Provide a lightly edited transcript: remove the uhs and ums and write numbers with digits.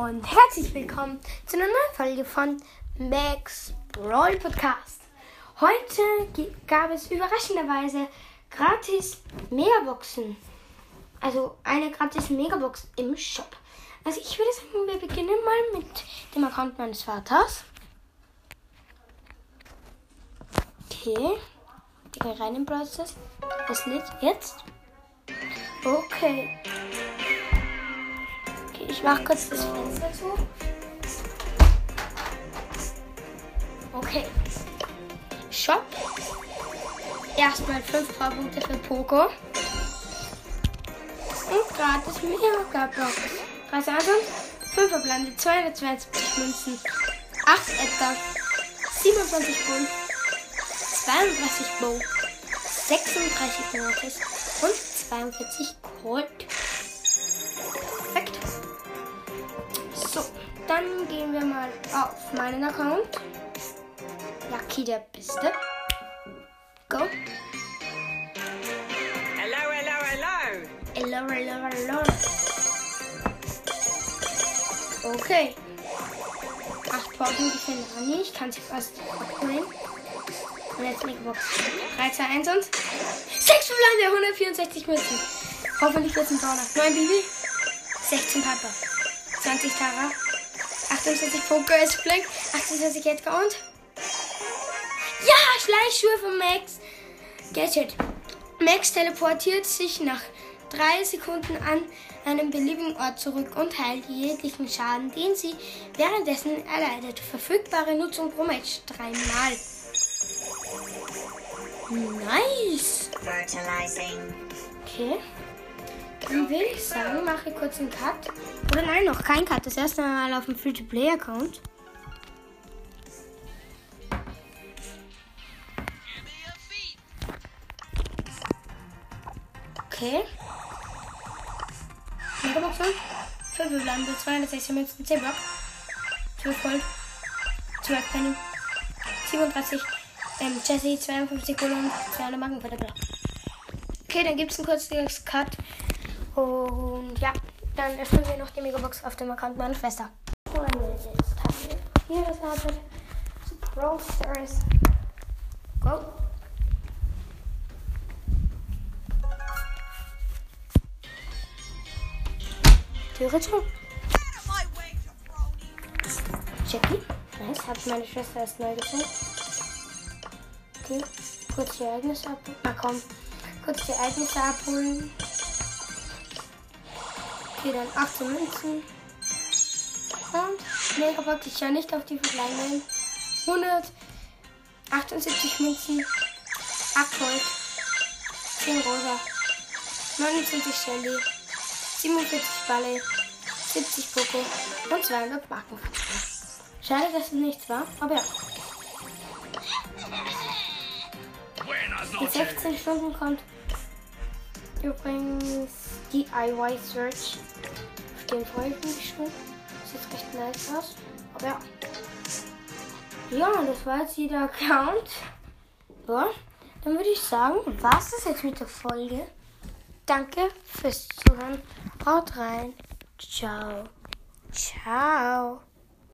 und herzlich willkommen zu einer neuen Folge von Max Brawl Podcast. Heute gab es überraschenderweise gratis Megaboxen. Also eine gratis Megabox im Shop. Also ich würde sagen, wir beginnen mal mit dem Account meines Vaters. Okay. Ich gehe rein im Prozess. Das lädt jetzt. Okay. Ich mache kurz das Fenster zu. Okay. Shop. Erstmal 5 Powerpunkte für Poco. Und gratis Megabox. 3 Sachen, 5 Verblende, 272 Münzen, 8 Edgar, 27 Bull, 32 Bow, 36 Mortis und 42 Colt. Perfekt. So, dann gehen wir mal auf meinen Account. Lucky der Beste. Go. Hello, hello, hello. Hello, hello, hello. Okay. 8 Powerpunkte für Nani. Ich kann sie fast abholen. Und jetzt Megabox. 3, 2, 1 und 6 Verblende, 164 Münzen. Hoffentlich wird es ein Donner. 9 Bibi. 16 Piper. 20 Tara. 28 Poker ist Blink. 28 Edgar und... Ja, Schleichschuhe von Max. Gadget. Max teleportiert sich nach 3 Sekunden an einem beliebigen Ort zurück und heilt jeglichen Schaden, den sie währenddessen erleidet. Verfügbare Nutzung pro Match 3 Mal. Nice. Fertilizing. Okay. Dann würde ich sagen, mache kurz einen Cut. Oder nein, noch kein Cut. Das erste Mal auf dem Free-to-Play-Account. Okay. Megaboxen. 5 Verblende, 260 Münzen, 10 Block. 12 Gold. 12 Penny. 37 Jessie, 52 Gold und 200 Marken für der Block. Okay, dann gibt es ein kurzes Cut. Und ja, dann öffnen wir noch die Megabox auf dem Account meiner Schwester. Und jetzt haben wir hier das Abend zu Brawl Stars. Go! Türe zu. Jackie. Nice, habe meine Schwester erst neu gezogen. Okay, kurz die Ereignisse abholen. Na komm, kurz die Ereignisse abholen. Okay, dann 18 Münzen. Und Megabox, ich schaue nicht auf die Vergleiche. 178 Münzen. 8 Gold. 10 Rosa. 29 Shelly. 47 Balle. 70 Poco. Und 200 Marken. Schade, dass es nichts war, aber ja. In 16 Stunden kommt übrigens DIY Search. Auf den freue ich mich schon. Sieht recht nice aus. Aber ja. Ja, das war jetzt jeder Account. Ja, dann würde ich sagen, war's das jetzt mit der Folge. Danke fürs Zuhören. Haut rein. Ciao. Ciao.